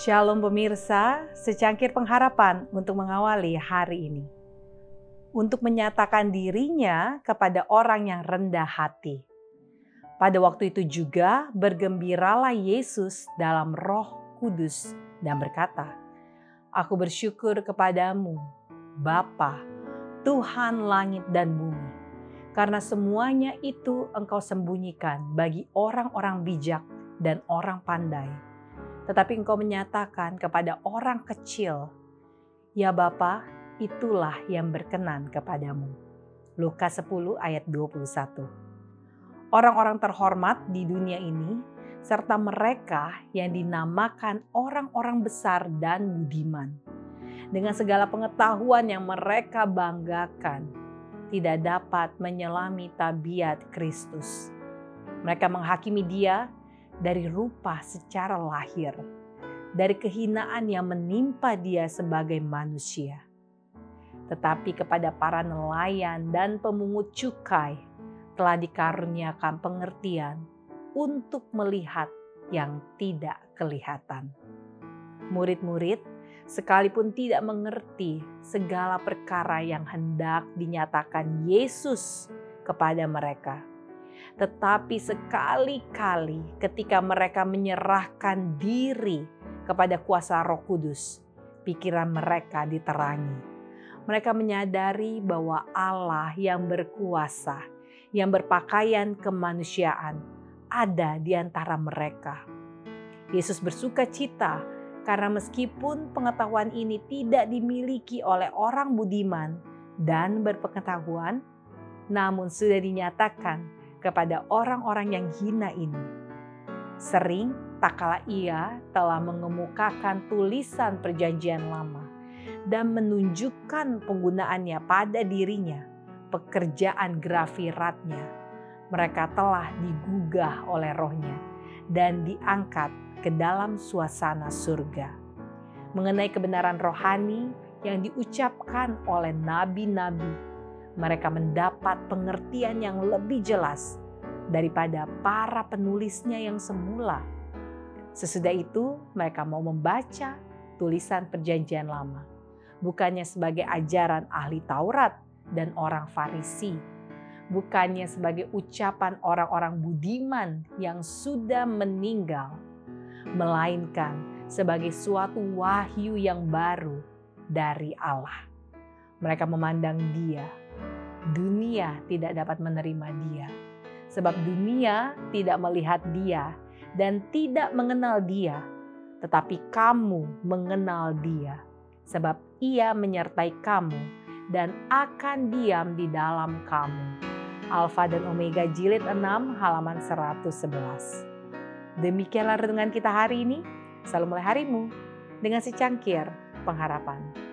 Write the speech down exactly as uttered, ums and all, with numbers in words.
Shalom pemirsa, secangkir pengharapan untuk mengawali hari ini. Untuk menyatakan dirinya kepada orang yang rendah hati. Pada waktu itu juga bergembiralah Yesus dalam Roh Kudus dan berkata, "Aku bersyukur kepadamu, Bapa, Tuhan langit dan bumi, karena semuanya itu Engkau sembunyikan bagi orang-orang bijak dan orang pandai. Tetapi Engkau menyatakan kepada orang kecil, ya Bapa, itulah yang berkenan kepadamu." Lukas sepuluh ayat dua puluh satu. Orang-orang terhormat di dunia ini, serta mereka yang dinamakan orang-orang besar dan budiman, dengan segala pengetahuan yang mereka banggakan, tidak dapat menyelami tabiat Kristus. Mereka menghakimi Dia dari rupa secara lahir, dari kehinaan yang menimpa Dia sebagai manusia. Tetapi kepada para nelayan dan pemungut cukai telah dikaruniakan pengertian untuk melihat yang tidak kelihatan. Murid-murid sekalipun tidak mengerti segala perkara yang hendak dinyatakan Yesus kepada mereka, tetapi sekali-kali ketika mereka menyerahkan diri kepada kuasa Roh Kudus, pikiran mereka diterangi. Mereka menyadari bahwa Allah yang berkuasa, yang berpakaian kemanusiaan, ada di antara mereka. Yesus bersuka cita karena meskipun pengetahuan ini tidak dimiliki oleh orang budiman dan berpengetahuan, namun sudah dinyatakan kepada orang-orang yang hina ini. Sering tak kala Ia telah mengemukakan tulisan perjanjian lama dan menunjukkan penggunaannya pada dirinya, pekerjaan grafiratnya. Mereka telah digugah oleh Roh-Nya dan diangkat ke dalam suasana surga. Mengenai kebenaran rohani yang diucapkan oleh nabi-nabi, mereka mendapat pengertian yang lebih jelas daripada para penulisnya yang semula. Sesudah itu mereka mau membaca tulisan perjanjian lama, bukannya sebagai ajaran ahli Taurat dan orang Farisi, bukannya sebagai ucapan orang-orang budiman yang sudah meninggal, melainkan sebagai suatu wahyu yang baru dari Allah. Mereka memandang Dia. Dunia tidak dapat menerima Dia, sebab dunia tidak melihat Dia dan tidak mengenal Dia. Tetapi kamu mengenal Dia, sebab Ia menyertai kamu dan akan diam di dalam kamu. Alfa dan Omega jilid enam halaman seratus sebelas. Demikianlah renungan kita hari ini. Selalu mulai harimu dengan secangkir pengharapan.